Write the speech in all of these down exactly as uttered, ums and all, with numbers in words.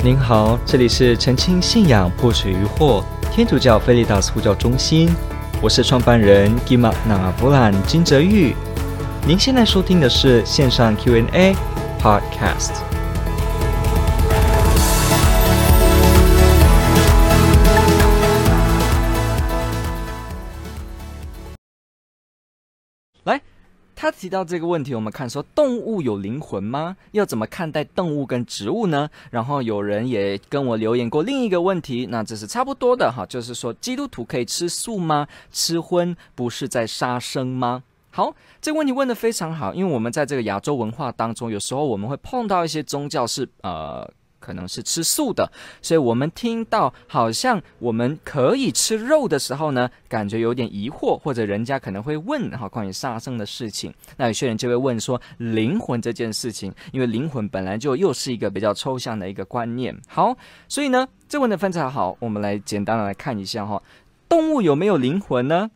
您好，这里是澄清信仰破除疑惑天主教菲利达斯呼叫中心，我是创办人 Gima Navalan 金哲玉。您现在收听的是线上 Q and A Podcast。来，他提到这个问题，我们看说动物有灵魂吗？要怎么看待动物跟植物呢？然后有人也跟我留言过另一个问题，那这是差不多的哈，就是说基督徒可以吃素吗？吃荤不是在杀生吗？好，这个问题问得非常好，因为我们在这个亚洲文化当中，有时候我们会碰到一些宗教是呃。可能是吃素的，所以我们听到好像我们可以吃肉的时候呢，感觉有点疑惑，或者人家可能会问哈关于杀生的事情。那有些人就会问说灵魂这件事情，因为灵魂本来就又是一个比较抽象的一个观念。好，所以呢，这问的非常好，我们来简单的来看一下哈，动物有没有灵魂呢？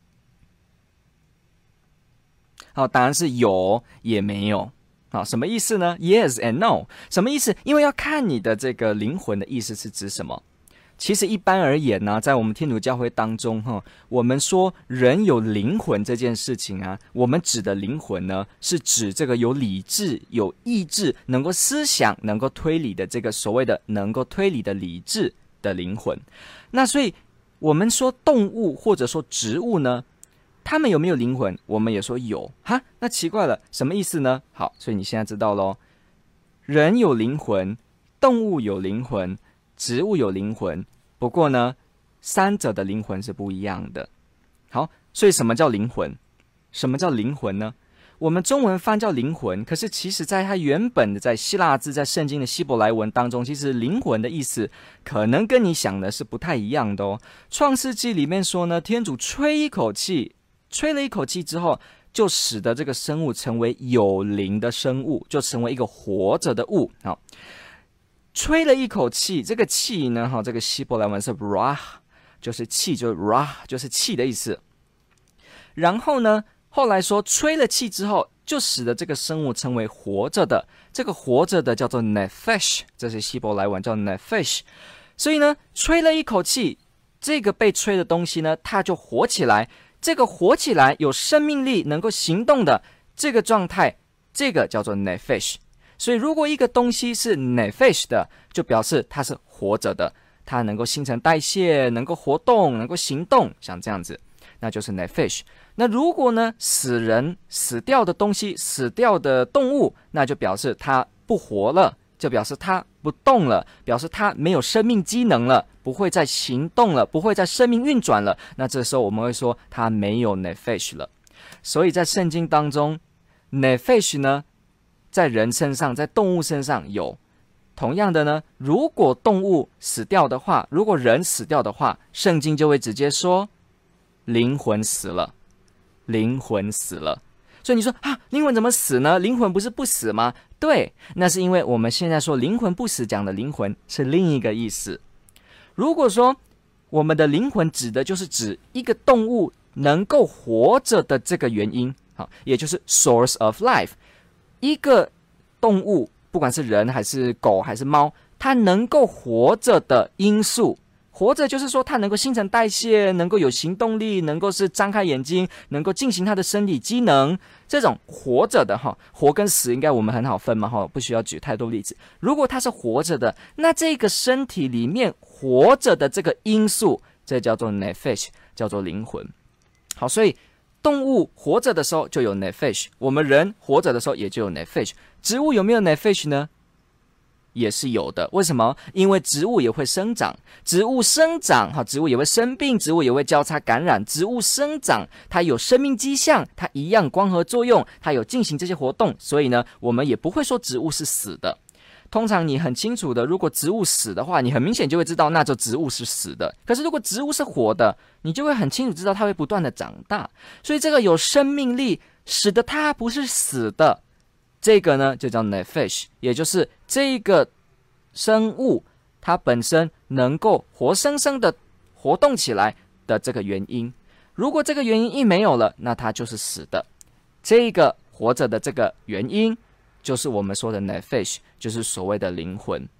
好，答案是有也没有。好，什么意思呢？ Yes and no。 什么意思？因为要看你的这个灵魂的意思是指什么。其实一般而言呢、啊，在我们天主教会当中哈，我们说人有灵魂这件事情啊，我们指的灵魂呢，是指这个有理智、有意志、能够思想、能够推理的这个所谓的能够推理的理智的灵魂。那所以我们说动物或者说植物呢，他们有没有灵魂？我们也说有哈，那奇怪了，什么意思呢？好，所以你现在知道咯，人有灵魂，动物有灵魂，植物有灵魂，不过呢，三者的灵魂是不一样的。好，所以什么叫灵魂？什么叫灵魂呢？我们中文翻叫灵魂，可是其实在它原本的在希腊字，在圣经的希伯来文当中，其实灵魂的意思可能跟你想的是不太一样的哦。创世纪里面说呢，天主吹一口气，吹了一口气之后，就使得这个生物成为有灵的生物，就成为一个活着的物。好，吹了一口气，这个气呢，哈，这个希伯来文是 rah， 就是气，就是 rah， 就是气的意思。然后呢，后来说吹了气之后，就使得这个生物成为活着的。这个活着的叫做 nephesh， 这是希伯来文叫 nephesh。所以呢，吹了一口气，这个被吹的东西呢，它就活起来。这个活起来有生命力能够行动的这个状态，这个叫做 nephesh。 所以如果一个东西是 nephesh 的，就表示它是活着的，它能够新陈代谢，能够活动，能够行动，像这样子，那就是 nephesh。 那如果呢死人死掉的东西，死掉的动物，那就表示它不活了，就表示它不动了，表示它没有生命机能了，不会再行动了，不会再生命运转了，那这时候我们会说它没有 nephesh 了。所以在圣经当中 nephesh 呢，在人身上，在动物身上有。同样的呢，如果动物死掉的话，如果人死掉的话，圣经就会直接说灵魂死了，灵魂死了。所以你说啊，灵魂怎么死呢？灵魂不是不死吗？对，那是因为我们现在说灵魂不死，讲的灵魂是另一个意思。如果说我们的灵魂指的就是指一个动物能够活着的这个原因，好，也就是 source of life。一个动物，不管是人还是狗还是猫，它能够活着的因素，活着就是说它能够新陈代谢，能够有行动力，能够是张开眼睛，能够进行它的生理机能，这种活着的哈，活跟死应该我们很好分嘛哈，不需要举太多例子。如果它是活着的，那这个身体里面活着的这个因素，这叫做 nephesh， 叫做灵魂。好，所以动物活着的时候就有 nephesh， 我们人活着的时候也就有 nephesh。 植物有没有 nephesh 呢？也是有的。为什么？因为植物也会生长，植物生长，植物也会生病，植物也会交叉感染。植物生长，它有生命迹象，它一样光合作用，它有进行这些活动，所以呢，我们也不会说植物是死的。通常你很清楚的，如果植物死的话，你很明显就会知道那就植物是死的。可是如果植物是活的，你就会很清楚知道它会不断的长大。所以这个有生命力，使得它不是死的，这个呢就叫 nephesh， 也就是这个生物它本身能够活生生的活动起来的这个原因。如果这个原因一没有了，那它就是死的。这个活着的这个原因就是我们说的 nephesh， 就是所谓的灵魂。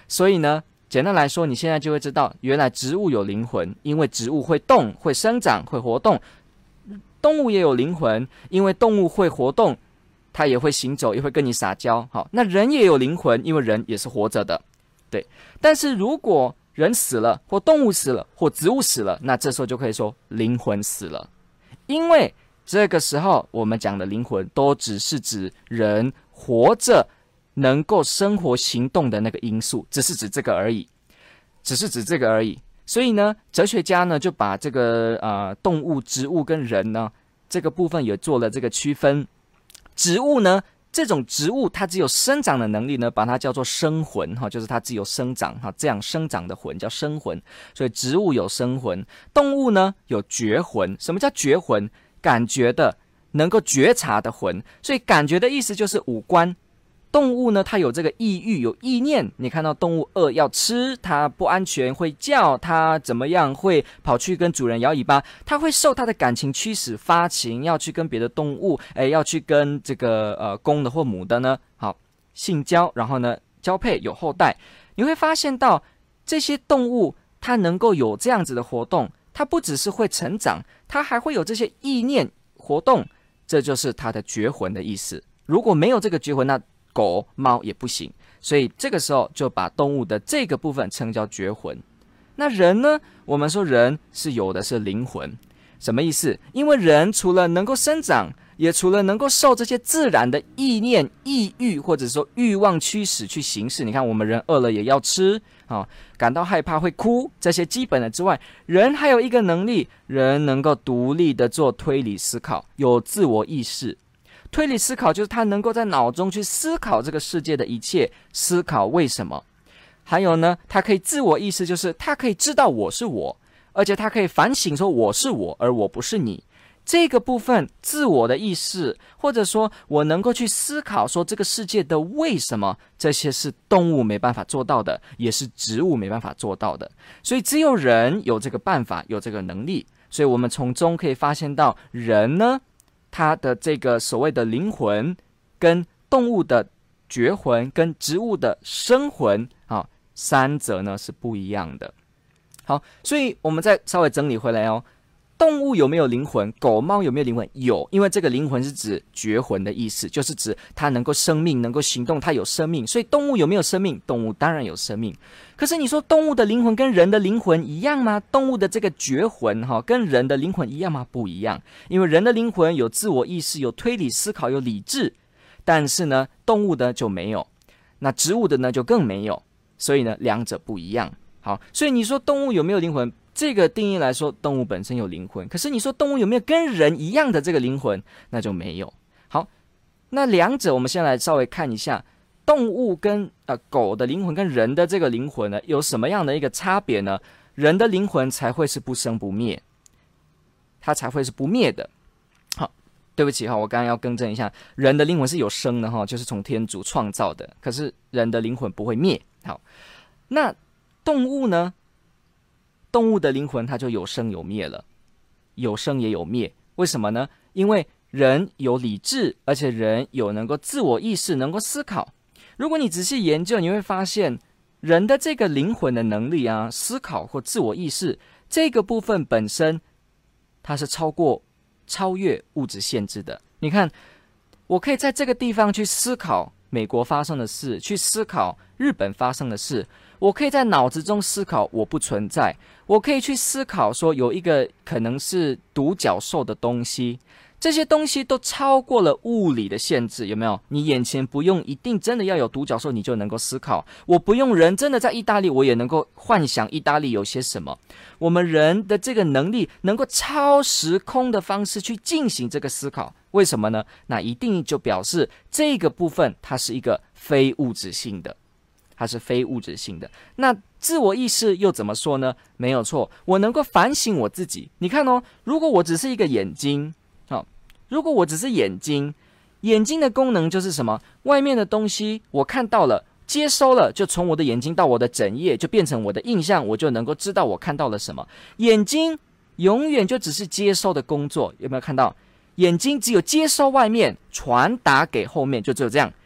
所以呢，简单来说，你现在就会知道，原来植物有灵魂，因为植物会动、会生长、会活动；动物也有灵魂，因为动物会活动，它也会行走，也会跟你撒娇。好，那人也有灵魂，因为人也是活着的，对。但是如果人死了，或动物死了，或植物死了，那这时候就可以说灵魂死了，因为这个时候我们讲的灵魂都只是指人活着能够生活行动的那个因素，只是指这个而已，只是指这个而已。所以呢，哲学家呢就把这个呃动物、植物跟人呢这个部分也做了这个区分。植物呢，这种植物它只有生长的能力呢，把它叫做生魂哈，就是它只有生长哈，这样生长的魂叫生魂。所以植物有生魂，动物呢有觉魂。什么叫觉魂？感觉的，能够觉察的魂。所以感觉的意思就是五官。动物呢，它有这个意欲，有意念。你看到动物饿要吃，它不安全会叫，它怎么样会跑去跟主人摇尾巴？它会受它的感情驱使发情，要去跟别的动物，哎，要去跟这个呃公的或母的呢，好性交，然后呢交配有后代。你会发现到这些动物，它能够有这样子的活动，它不只是会成长，它还会有这些意念活动，这就是它的觉魂的意思。如果没有这个觉魂，那狗、猫也不行，所以这个时候就把动物的这个部分称叫觉魂。那人呢？我们说人是有的是灵魂，什么意思？因为人除了能够生长，也除了能够受这些自然的意念、意欲或者说欲望驱使去行事。你看，我们人饿了也要吃啊，感到害怕会哭，这些基本的之外，人还有一个能力，人能够独立的做推理思考，有自我意识。推理思考就是他能够在脑中去思考这个世界的一切，思考为什么。还有呢，他可以自我意识，就是他可以知道我是我，而且他可以反省说我是我，而我不是你。这个部分自我的意识，或者说我能够去思考说这个世界的为什么，这些是动物没办法做到的，也是植物没办法做到的。所以只有人有这个办法，有这个能力。所以我们从中可以发现到，人呢，它的这个所谓的灵魂，跟动物的觉魂，跟植物的生魂，啊，三者呢是不一样的。好，所以我们再稍微整理回来哦。动物有没有灵魂？狗、猫有没有灵魂？有，因为这个灵魂是指觉魂的意思，就是指它能够生命，能够行动，它有生命。所以动物有没有生命？动物当然有生命。可是你说动物的灵魂跟人的灵魂一样吗？动物的这个觉魂哈，跟人的灵魂一样吗？不一样，因为人的灵魂有自我意识，有推理思考，有理智，但是呢，动物的就没有，那植物的呢就更没有，所以呢，两者不一样。好，所以你说动物有没有灵魂？这个定义来说，动物本身有灵魂，可是你说动物有没有跟人一样的这个灵魂，那就没有。好，那两者我们先来稍微看一下，动物跟呃狗的灵魂跟人的这个灵魂呢，有什么样的一个差别呢？人的灵魂才会是不生不灭，它才会是不灭的。好，对不起哈，我刚刚要更正一下，人的灵魂是有生的哈，就是从天主创造的，可是人的灵魂不会灭。好，那动物呢？动物的灵魂它就有生有灭了，有生也有灭。为什么呢？因为人有理智，而且人有能够自我意识，能够思考。如果你仔细研究，你会发现人的这个灵魂的能力啊，思考或自我意识这个部分本身，它是超过超越物质限制的。你看，我可以在这个地方去思考美国发生的事，去思考日本发生的事。我可以在脑子中思考我不存在，我可以去思考说有一个可能是独角兽的东西，这些东西都超过了物理的限制，有没有？你眼前不用一定真的要有独角兽你就能够思考，我不用人真的在意大利我也能够幻想意大利有些什么。我们人的这个能力能够超时空的方式去进行这个思考，为什么呢？那一定就表示这个部分它是一个非物质性的，它是非物质性的。那自我意识又怎么说呢？没有错，我能够反省我自己。你看哦，如果我只是一个眼睛，哦，如果我只是眼睛，眼睛的功能就是什么？外面的东西我看到了，接收了，就从我的眼睛到我的枕叶，就变成我的印象，我就能够知道我看到了什么。眼睛永远就只是接收的工作，有没有看到？眼睛只有接收外面，传达给后面，就只有这样。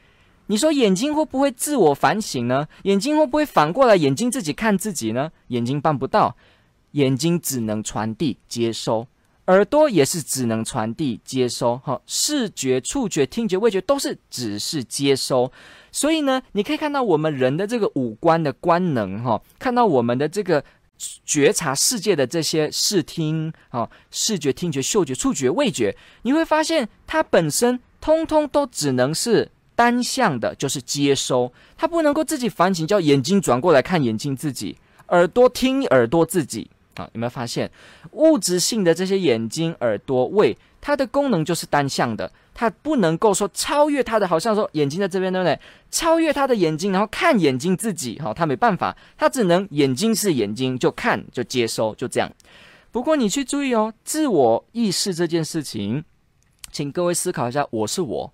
你说眼睛会不会自我反省呢？眼睛会不会反过来眼睛自己看自己呢？眼睛办不到，眼睛只能传递接收，耳朵也是只能传递接收，视觉、触觉、听觉、味觉都是只是接收。所以呢，你可以看到我们人的这个五官的官能，看到我们的这个觉察世界的这些视听、视觉、听觉、嗅觉、触觉、味觉，你会发现它本身通通都只能是单向的，就是接收，它不能够自己反省，叫眼睛转过来看眼睛自己，耳朵听耳朵自己啊，有没有发现物质性的这些眼睛、耳朵、胃，它的功能就是单向的，它不能够说超越它的，好像说眼睛在这边，对不对？超越它的眼睛，然后看眼睛自己，好，它没办法，它只能眼睛是眼睛，就看就接收，就这样。不过你去注意哦，自我意识这件事情，请各位思考一下，我是我。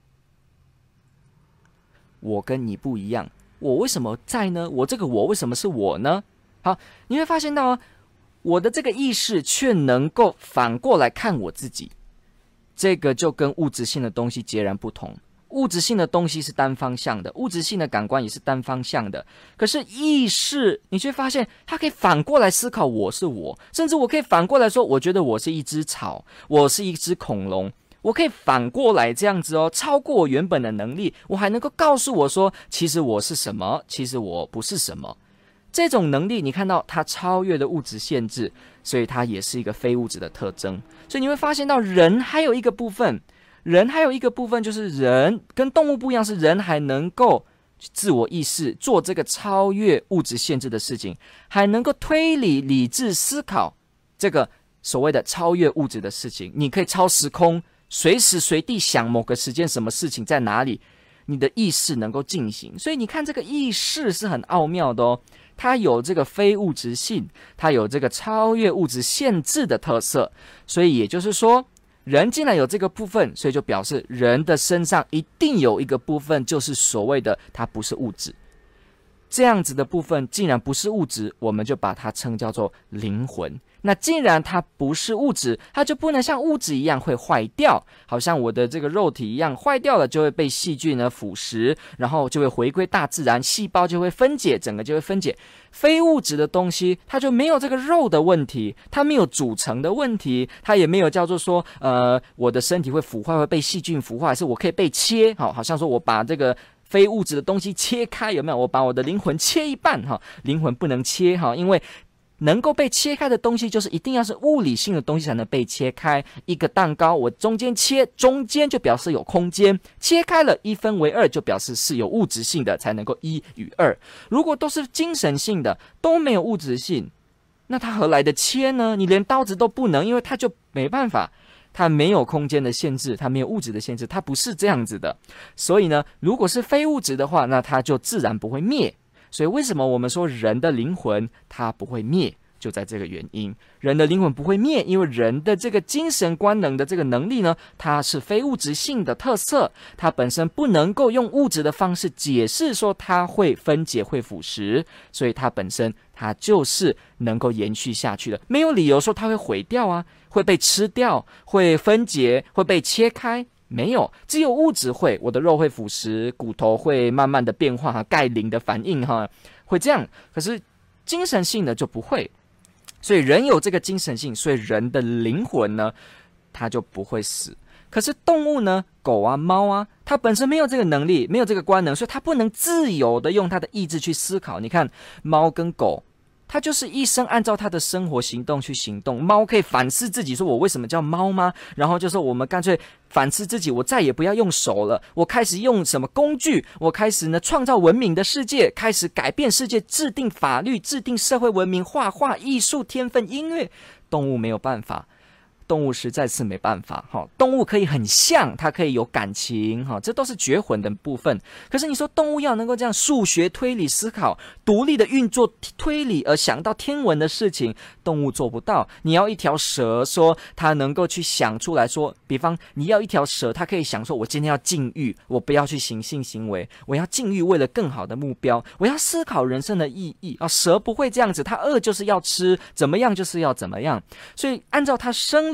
我跟你不一样，我为什么在呢？我这个我为什么是我呢？好，你会发现到我的这个意识却能够反过来看我自己，这个就跟物质性的东西截然不同。物质性的东西是单方向的，物质性的感官也是单方向的，可是意识你却发现它可以反过来思考我是我，甚至我可以反过来说，我觉得我是一只草，我是一只恐龙，我可以反过来这样子哦，超过我原本的能力，我还能够告诉我说，其实我是什么，其实我不是什么。这种能力，你看到它超越了物质限制，所以它也是一个非物质的特征。所以你会发现到人还有一个部分，人还有一个部分就是人跟动物不一样，是人还能够自我意识做这个超越物质限制的事情，还能够推理、理智思考这个所谓的超越物质的事情。你可以超时空，随时随地想某个时间什么事情在哪里，你的意识能够进行。所以你看这个意识是很奥妙的哦，它有这个非物质性，它有这个超越物质限制的特色。所以也就是说，人既然有这个部分，所以就表示人的身上一定有一个部分就是所谓的它不是物质。这样子的部分既然不是物质，我们就把它称叫做灵魂。那既然它不是物质，它就不能像物质一样会坏掉，好像我的这个肉体一样，坏掉了就会被细菌呢腐蚀，然后就会回归大自然，细胞就会分解，整个就会分解。非物质的东西它就没有这个肉的问题，它没有组成的问题，它也没有叫做说呃我的身体会腐坏，会被细菌腐坏，还是我可以被切，好，好像说我把这个非物质的东西切开，有没有？我把我的灵魂切一半，哈，灵魂不能切，哈，因为能够被切开的东西，就是一定要是物理性的东西才能被切开。一个蛋糕，我中间切，中间就表示有空间，切开了一分为二，就表示是有物质性的，才能够一与二。如果都是精神性的，都没有物质性，那它何来的切呢？你连刀子都不能，因为它就没办法。它没有空间的限制，它没有物质的限制，它不是这样子的。所以呢，如果是非物质的话，那它就自然不会灭。所以为什么我们说人的灵魂它不会灭，就在这个原因。人的灵魂不会灭，因为人的这个精神官能的这个能力呢，它是非物质性的特色，它本身不能够用物质的方式解释说它会分解会腐蚀，所以它本身它就是能够延续下去的，没有理由说它会毁掉啊，会被吃掉，会分解，会被切开，没有，只有物质会，我的肉会腐蚀，骨头会慢慢的变化，钙磷的反应哈，会这样，可是精神性的就不会。所以人有这个精神性，所以人的灵魂呢，它就不会死。可是动物呢，狗啊、猫啊，它本身没有这个能力，没有这个官能，所以它不能自由的用它的意志去思考。你看猫跟狗，它就是一生按照它的生活行动去行动。猫可以反思自己，说我为什么叫猫吗？然后就说我们干脆反思自己，我再也不要用手了，我开始用什么工具，我开始呢创造文明的世界，开始改变世界，制定法律，制定社会文明，画画、艺术、天分、音乐。动物没有办法。动物实在是没办法，动物可以很像，它可以有感情，这都是觉魂的部分。可是你说动物要能够这样数学推理思考，独立的运作推理而想到天文的事情，动物做不到。你要一条蛇说它能够去想出来说，比方你要一条蛇，它可以想说我今天要禁欲，我不要去行性行为，我要禁欲为了更好的目标，我要思考人生的意义啊。蛇不会这样子，它饿就是要吃，怎么样就是要怎么样。所以按照它生理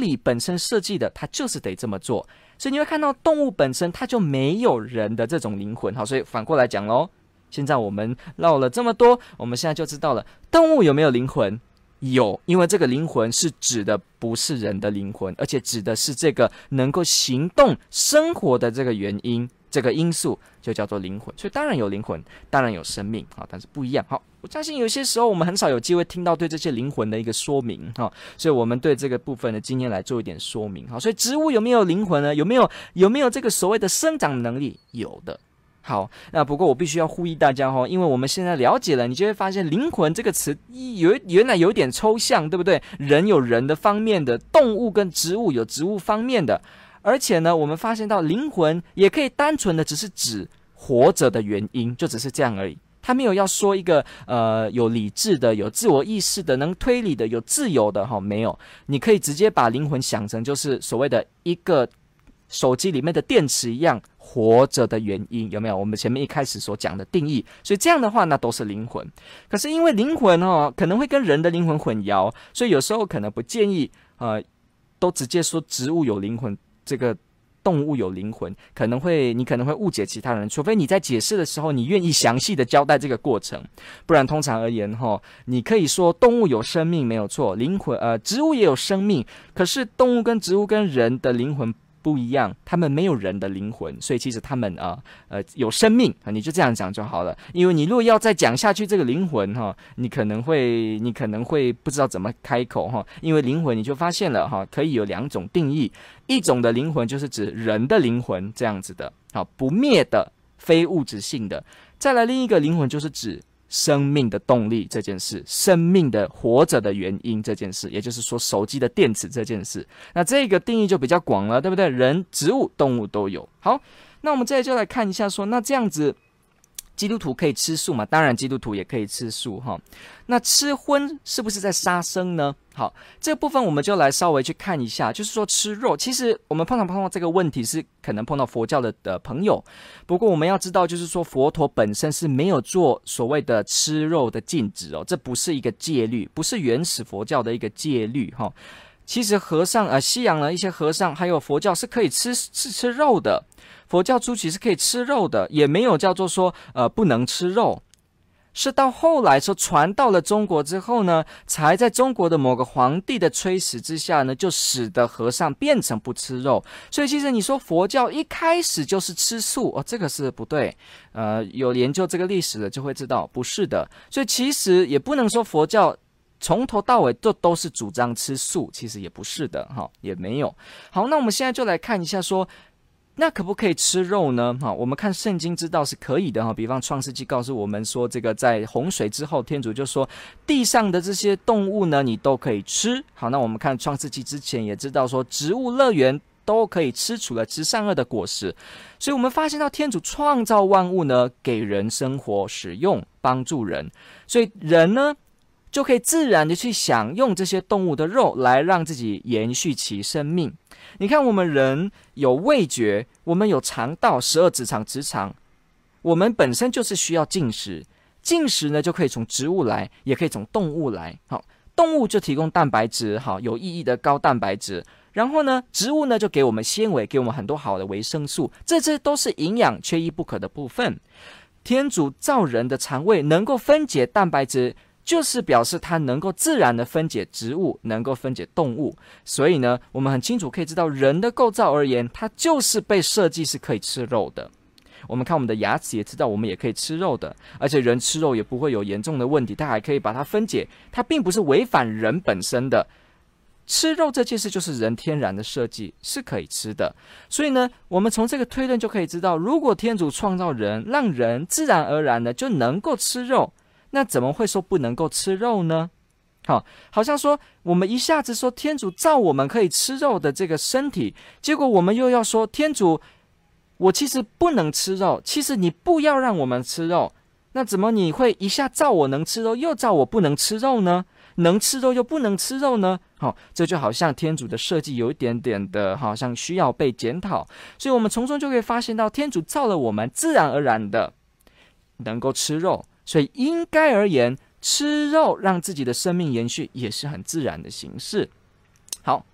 理本身设计的，它就是得这么做。所以你会看到动物本身它就没有人的这种灵魂。好，所以反过来讲咯，现在我们唠了这么多，我们现在就知道了动物有没有灵魂？有，因为这个灵魂是指的不是人的灵魂，而且指的是这个能够行动生活的这个原因，这个因素就叫做灵魂。所以当然有灵魂，当然有生命，好，但是不一样。好，我相信有些时候我们很少有机会听到对这些灵魂的一个说明，好，所以我们对这个部分呢，今天来做一点说明。好，所以植物有没有灵魂呢？有没有有没有这个所谓的生长能力？有的。好，那不过我必须要呼吁大家哈，因为我们现在了解了，你就会发现灵魂这个词有原来有点抽象，对不对？人有人的方面的，动物跟植物有植物方面的，而且呢，我们发现到灵魂也可以单纯的只是指活着的原因，就只是这样而已。他没有要说一个呃有理智的、有自我意识的、能推理的、有自由的哈，没有。你可以直接把灵魂想成就是所谓的一个手机里面的电池一样活着的原因，有没有？我们前面一开始所讲的定义，所以这样的话，那都是灵魂。可是因为灵魂哦，可能会跟人的灵魂混淆，所以有时候可能不建议呃，都直接说植物有灵魂，这个动物有灵魂，可能会你可能会误解其他人，除非你在解释的时候，你愿意详细的交代这个过程，不然通常而言哈，你可以说动物有生命没有错，灵魂呃植物也有生命，可是动物跟植物跟人的灵魂不一样，他们没有人的灵魂，所以其实他们啊 呃, 呃有生命，你就这样讲就好了。因为你如果要再讲下去这个灵魂哈，你可能会你可能会不知道怎么开口哈。因为灵魂你就发现了哈，可以有两种定义，一种的灵魂就是指人的灵魂这样子的，好，不灭的非物质性的。再来另一个灵魂就是指生命的动力这件事，生命的活着的原因这件事，也就是说手机的电池这件事。那这个定义就比较广了，对不对？人、植物、动物都有。好，那我们这里就来看一下说，那这样子基督徒可以吃素吗？当然基督徒也可以吃素哈。那吃荤是不是在杀生呢？好，这个部分我们就来稍微去看一下，就是说吃肉，其实我们碰到碰到这个问题是可能碰到佛教的的朋友，不过我们要知道，就是说佛陀本身是没有做所谓的吃肉的禁止哦，这不是一个戒律，不是原始佛教的一个戒律哈。其实和尚呃，西洋的一些和尚还有佛教是可以吃吃吃肉的，佛教初期是可以吃肉的，也没有叫做说呃不能吃肉。是到后来说传到了中国之后呢，才在中国的某个皇帝的催使之下呢，就使得和尚变成不吃肉。所以其实你说佛教一开始就是吃素哦，这个是不对。呃，有研究这个历史的就会知道不是的。所以其实也不能说佛教从头到尾就都是主张吃素，其实也不是的哈，也没有。好，那我们现在就来看一下说，那可不可以吃肉呢？哈，我们看圣经知道是可以的哈。比方创世纪告诉我们说，这个在洪水之后，天主就说地上的这些动物呢，你都可以吃。好，那我们看创世纪之前也知道说，植物乐园都可以吃，除了吃善恶的果实。所以我们发现到天主创造万物呢，给人生活使用，帮助人，所以人呢就可以自然的去享用这些动物的肉，来让自己延续其生命。你看我们人有味觉，我们有肠道，十二指肠直肠，我们本身就是需要进食，进食呢就可以从植物来，也可以从动物来。好，动物就提供蛋白质，好，有意义的高蛋白质，然后呢植物呢就给我们纤维，给我们很多好的维生素，这些都是营养缺一不可的部分。天主造人的肠胃能够分解蛋白质，就是表示它能够自然的分解植物，能够分解动物。所以呢，我们很清楚可以知道，人的构造而言，它就是被设计是可以吃肉的。我们看我们的牙齿也知道，我们也可以吃肉的，而且人吃肉也不会有严重的问题，它还可以把它分解，它并不是违反人本身的。吃肉这件事就是人天然的设计，是可以吃的。所以呢，我们从这个推论就可以知道，如果天主创造人，让人自然而然的就能够吃肉，那怎么会说不能够吃肉呢？好，好像说我们一下子说天主造我们可以吃肉的这个身体，结果我们又要说天主，我其实不能吃肉，其实你不要让我们吃肉，那怎么你会一下造我能吃肉，又造我不能吃肉呢？能吃肉又不能吃肉呢？好，这就好像天主的设计有一点点的好像需要被检讨。所以我们从中就可以发现到，天主造了我们自然而然的能够吃肉，所以应该而言，吃肉让自己的生命延续也是很自然的形式。好，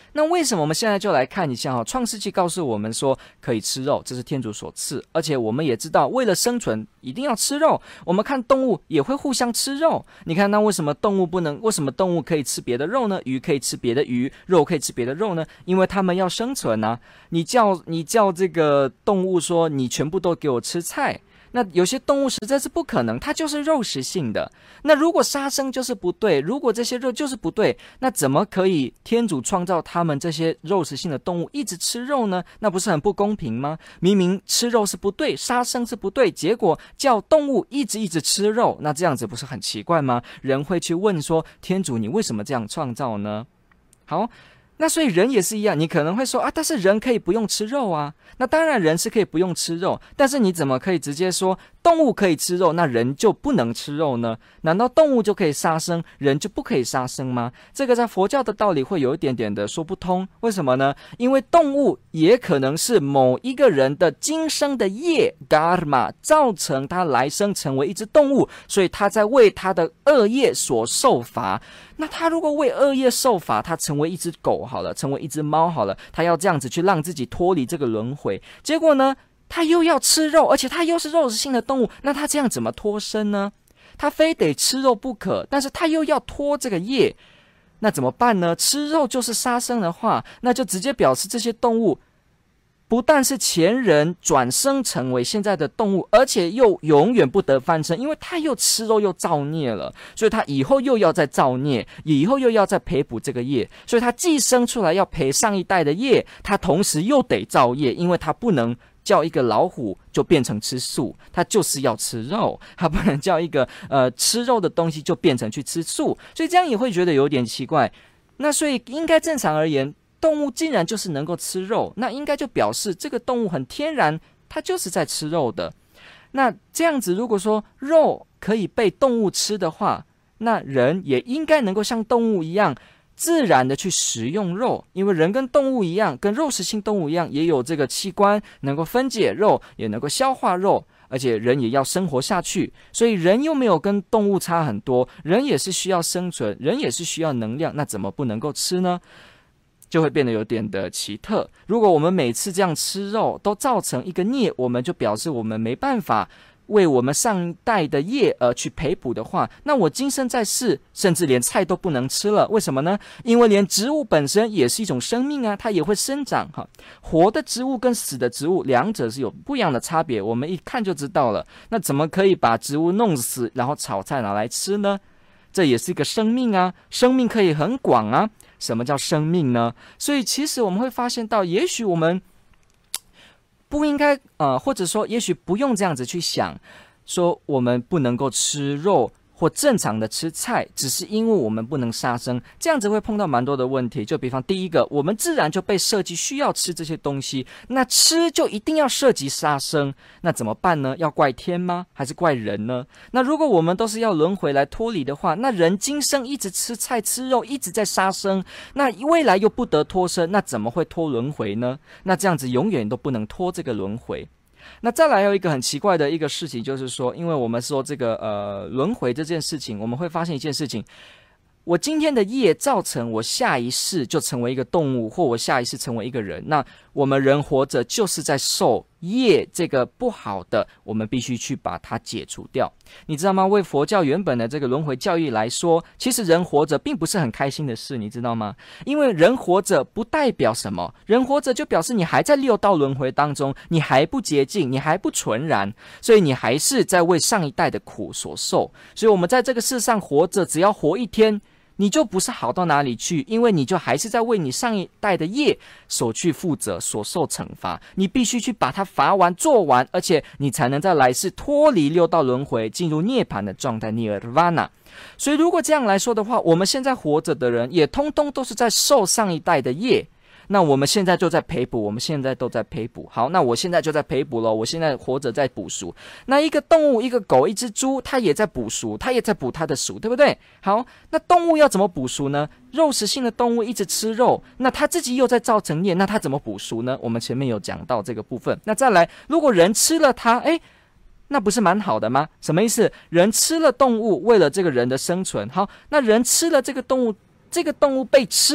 那为什么我们现在就来看一下哈？创世纪告诉我们说可以吃肉，这是天主所赐，而且我们也知道为了生存一定要吃肉。我们看动物也会互相吃肉，你看那为什么动物不能？为什么动物可以吃别的肉呢？鱼可以吃别的鱼，肉可以吃别的肉呢？因为它们要生存啊。你叫你叫这个动物说你全部都给我吃菜。那有些动物实在是不可能，它就是肉食性的。那如果杀生就是不对，如果这些肉就是不对，那怎么可以天主创造他们这些肉食性的动物一直吃肉呢？那不是很不公平吗？明明吃肉是不对，杀生是不对，结果叫动物一直一直吃肉，那这样子不是很奇怪吗？人会去问说，天主你为什么这样创造呢？好，那所以人也是一样，你可能会说啊，但是人可以不用吃肉啊。那当然人是可以不用吃肉，但是你怎么可以直接说动物可以吃肉，那人就不能吃肉呢？难道动物就可以杀生，人就不可以杀生吗？这个在佛教的道理会有一点点的说不通。为什么呢？因为动物也可能是某一个人的今生的业 karma 造成他来生成为一只动物，所以他在为他的恶业所受罚。那他如果为恶业受罚，他成为一只狗好了，成为一只猫好了，他要这样子去让自己脱离这个轮回，结果呢他又要吃肉，而且他又是肉食性的动物，那他这样怎么脱身呢？他非得吃肉不可，但是他又要脱这个业，那怎么办呢？吃肉就是杀生的话，那就直接表示这些动物不但是前人转生成为现在的动物，而且又永远不得翻身，因为他又吃肉又造孽了，所以他以后又要再造孽，以后又要再赔补这个业，所以他既生出来要赔上一代的业，他同时又得造业，因为他不能叫一个老虎就变成吃素，他就是要吃肉，他不能叫一个呃吃肉的东西就变成去吃素，所以这样也会觉得有点奇怪。那所以应该正常而言，动物既然就是能够吃肉，那应该就表示这个动物很天然，它就是在吃肉的。那这样子，如果说肉可以被动物吃的话，那人也应该能够像动物一样自然的去食用肉，因为人跟动物一样，跟肉食性动物一样，也有这个器官能够分解肉，也能够消化肉，而且人也要生活下去，所以人又没有跟动物差很多，人也是需要生存，人也是需要能量，那怎么不能够吃呢？就会变得有点的奇特。如果我们每次这样吃肉都造成一个孽，我们就表示我们没办法为我们上一代的业而去赔补的话，那我今生在世甚至连菜都不能吃了。为什么呢？因为连植物本身也是一种生命啊，它也会生长哈。活的植物跟死的植物两者是有不一样的差别，我们一看就知道了。那怎么可以把植物弄死然后炒菜拿来吃呢？这也是一个生命啊，生命可以很广啊。什么叫生命呢？所以其实我们会发现到，也许我们不应该呃，或者说也许不用这样子去想，说我们不能够吃肉或正常的吃菜，只是因为我们不能杀生，这样子会碰到蛮多的问题。就比方第一个，我们自然就被设计需要吃这些东西，那吃就一定要涉及杀生，那怎么办呢？要怪天吗？还是怪人呢？那如果我们都是要轮回来脱离的话，那人今生一直吃菜吃肉，一直在杀生，那未来又不得脱身，那怎么会脱轮回呢？那这样子永远都不能脱这个轮回。那再来有一个很奇怪的一个事情，就是说，因为我们说这个呃轮回这件事情，我们会发现一件事情，我今天的业造成我下一世就成为一个动物，或我下一世成为一个人，那我们人活着就是在受业这个不好的，我们必须去把它解除掉。你知道吗？为佛教原本的这个轮回教义来说，其实人活着并不是很开心的事，你知道吗？因为人活着不代表什么，人活着就表示你还在六道轮回当中，你还不洁净，你还不纯然，所以你还是在为上一代的苦所受。所以我们在这个世上活着，只要活一天，你就不是好到哪里去，因为你就还是在为你上一代的业所去负责，所受惩罚。你必须去把它罚完做完，而且你才能在来世脱离六道轮回，进入涅槃的状态 Nirvana。 所以如果这样来说的话，我们现在活着的人也通通都是在受上一代的业，那我们现在就在赔补，我们现在都在赔补。好，那我现在就在赔补了，我现在活着在补赎。那一个动物，一个狗，一只猪，它也在补赎，它也在补它的赎，对不对？好，那动物要怎么补赎呢？肉食性的动物一直吃肉，那它自己又在造成业，那它怎么补赎呢？我们前面有讲到这个部分。那再来，如果人吃了它，诶，那不是蛮好的吗？什么意思？人吃了动物，为了这个人的生存。好，那人吃了这个动物，这个动物被吃，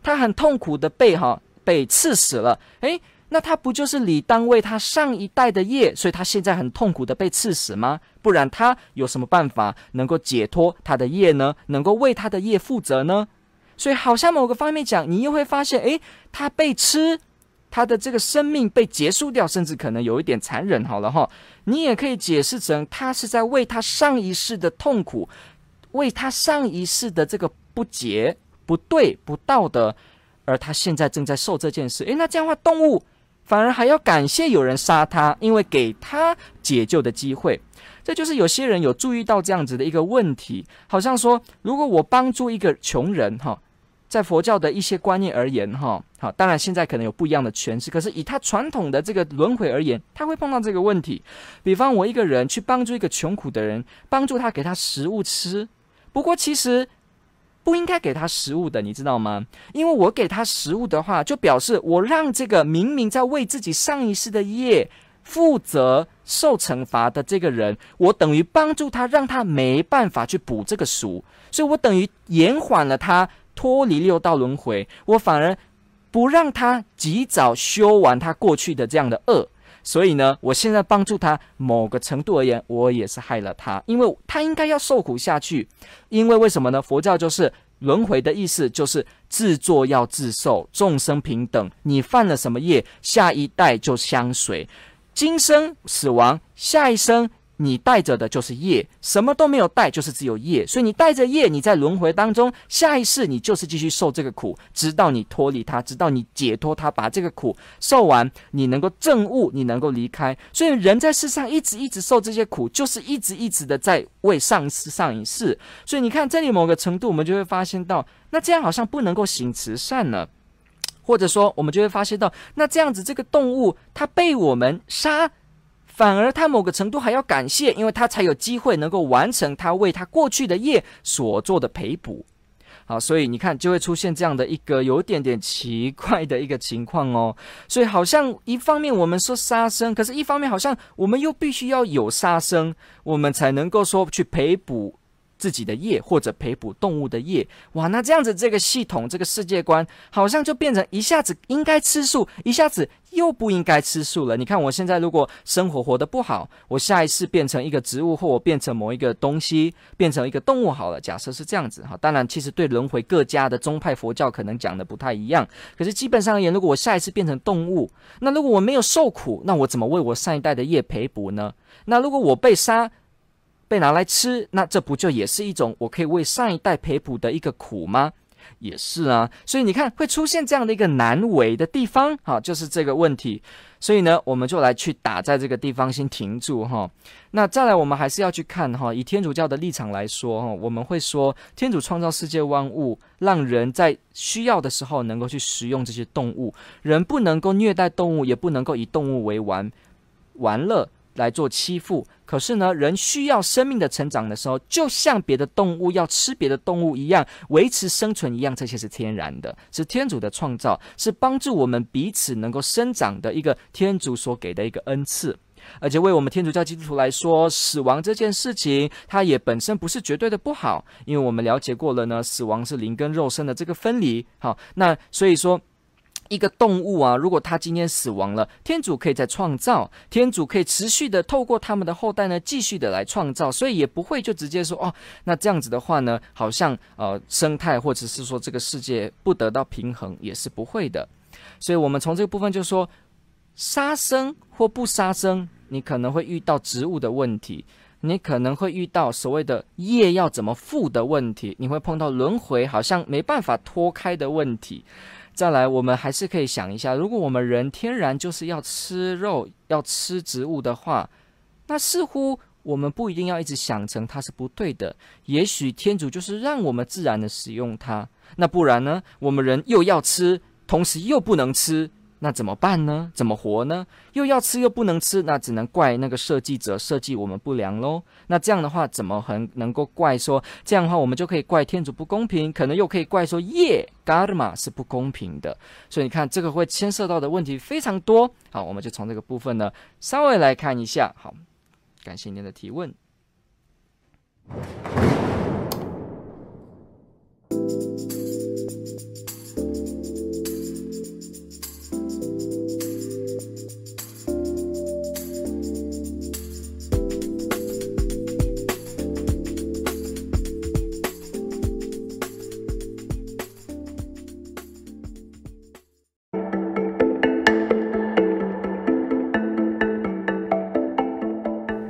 他很痛苦的被哈被刺死了，诶，那他不就是理当为他上一代的业，所以他现在很痛苦的被刺死吗？不然他有什么办法能够解脱他的业呢？能够为他的业负责呢？所以好像某个方面讲，你又会发现，诶，他被吃，他的这个生命被结束掉，甚至可能有一点残忍好了哈。你也可以解释成，他是在为他上一世的痛苦，为他上一世的这个不洁、不对、不道德，而他现在正在受这件事。诶，那这样的话，动物反而还要感谢有人杀他，因为给他解救的机会。这就是有些人有注意到这样子的一个问题，好像说，如果我帮助一个穷人哈，在佛教的一些观念而言哈，好，当然现在可能有不一样的诠释，可是以他传统的这个轮回而言，他会碰到这个问题。比方我一个人去帮助一个穷苦的人，帮助他给他食物吃，不过其实不应该给他食物的，你知道吗？因为我给他食物的话，就表示我让这个明明在为自己上一世的业负责受惩罚的这个人，我等于帮助他，让他没办法去补这个赎，所以我等于延缓了他脱离六道轮回，我反而不让他及早修完他过去的这样的恶。所以呢，我现在帮助他，某个程度而言，我也是害了他，因为他应该要受苦下去。因为为什么呢？佛教就是轮回的意思，就是自作要自受，众生平等，你犯了什么业，下一代就相随。今生死亡，下一生你带着的就是业，什么都没有带，就是只有业。所以你带着业，你在轮回当中，下一世你就是继续受这个苦，直到你脱离它，直到你解脱它，把这个苦受完，你能够证悟，你能够离开。所以人在世上一直一直受这些苦，就是一直一直的在为上世上一世。所以你看这里某个程度，我们就会发现到，那这样好像不能够行慈善了。或者说我们就会发现到，那这样子这个动物它被我们杀，反而它某个程度还要感谢，因为它才有机会能够完成它为它过去的业所做的赔补。好，所以你看就会出现这样的一个有点点奇怪的一个情况哦。所以好像一方面我们说杀生，可是一方面好像我们又必须要有杀生，我们才能够说去赔补自己的业，或者赔补动物的业。哇，那这样子这个系统这个世界观好像就变成一下子应该吃素，一下子又不应该吃素了。你看我现在如果生活活得不好，我下一次变成一个植物，或我变成某一个东西，变成一个动物好了，假设是这样子哈。当然其实对轮回各家的宗派佛教可能讲的不太一样，可是基本上而言，如果我下一次变成动物，那如果我没有受苦，那我怎么为我上一代的业赔补呢？那如果我被杀被拿来吃，那这不就也是一种我可以为上一代赔补的一个苦吗？也是啊。所以你看会出现这样的一个难为的地方，好，就是这个问题。所以呢，我们就来去打在这个地方先停住哈。那再来我们还是要去看哈，以天主教的立场来说哈，我们会说天主创造世界万物，让人在需要的时候能够去食用这些动物，人不能够虐待动物，也不能够以动物为玩玩乐来做欺负。可是呢，人需要生命的成长的时候，就像别的动物要吃别的动物一样，维持生存一样，这些是天然的，是天主的创造，是帮助我们彼此能够生长的一个天主所给的一个恩赐。而且为我们天主教基督徒来说，死亡这件事情它也本身不是绝对的不好，因为我们了解过了呢，死亡是灵跟肉身的这个分离。好，那所以说一个动物啊，如果它今天死亡了，天主可以再创造，天主可以持续的透过他们的后代呢，继续的来创造，所以也不会就直接说哦，那这样子的话呢，好像呃生态或者是说这个世界不得到平衡，也是不会的。所以我们从这个部分就说，杀生或不杀生，你可能会遇到植物的问题，你可能会遇到所谓的业要怎么付的问题，你会碰到轮回好像没办法脱开的问题。再来我们还是可以想一下，如果我们人天然就是要吃肉要吃植物的话，那似乎我们不一定要一直想成它是不对的，也许天主就是让我们自然的使用它。那不然呢，我们人又要吃同时又不能吃，那怎么办呢？怎么活呢？又要吃又不能吃，那只能怪那个设计者设计我们不良咯。那这样的话怎么很能够怪说，这样的话我们就可以怪天主不公平，可能又可以怪说业 karma 是不公平的。所以你看这个会牵涉到的问题非常多。好，我们就从这个部分呢稍微来看一下。好，感谢您的提问。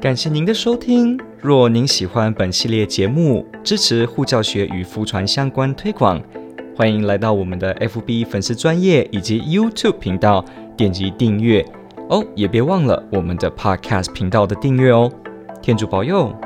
感谢您的收听。若您喜欢本系列节目，支持护教学与福传相关推广，欢迎来到我们的 F B 粉丝专页以及 YouTube 频道点击订阅哦，也别忘了我们的 Podcast 频道的订阅哦。天主保佑。